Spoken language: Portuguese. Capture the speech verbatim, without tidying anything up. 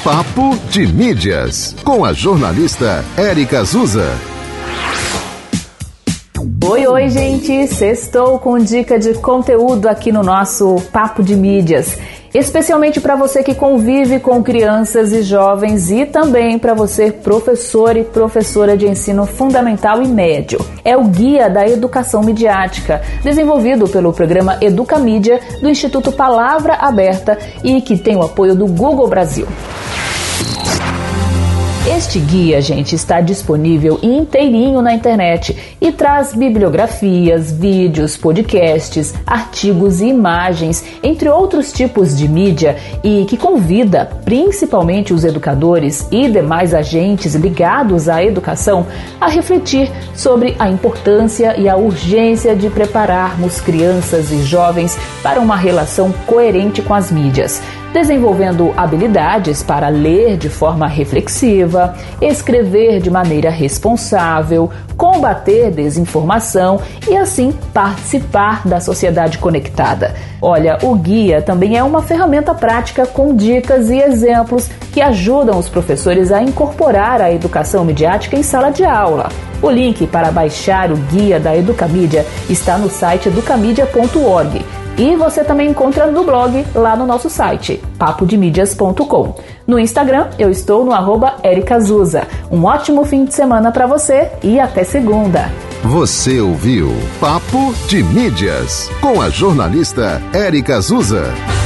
Papo de Mídias, com a jornalista Érica Azusa. Oi, oi, gente! Sextou com dica de conteúdo aqui no nosso Papo de Mídias. Especialmente para você que convive com crianças e jovens e também para você, professor e professora de ensino fundamental e médio. É o Guia da Educação Midiática, desenvolvido pelo programa Educamídia do Instituto Palavra Aberta e que tem o apoio do Google Brasil. Este guia, gente, está disponível inteirinho na internet e traz bibliografias, vídeos, podcasts, artigos e imagens, entre outros tipos de mídia, e que convida principalmente os educadores e demais agentes ligados à educação a refletir sobre a importância e a urgência de prepararmos crianças e jovens para uma relação coerente com as mídias, desenvolvendo habilidades para ler de forma reflexiva, escrever de maneira responsável, combater desinformação e assim participar da sociedade conectada. Olha, o guia também é uma ferramenta prática com dicas e exemplos que ajudam os professores a incorporar a educação midiática em sala de aula. O link para baixar o guia da Educamídia está no site educamídia ponto org. E você também encontra no blog lá no nosso site, papo de mídias ponto com. No Instagram, eu estou no arroba Érica Azusa. Um ótimo fim de semana para você e até segunda. Você ouviu Papo de Mídias, com a jornalista Érica Azusa.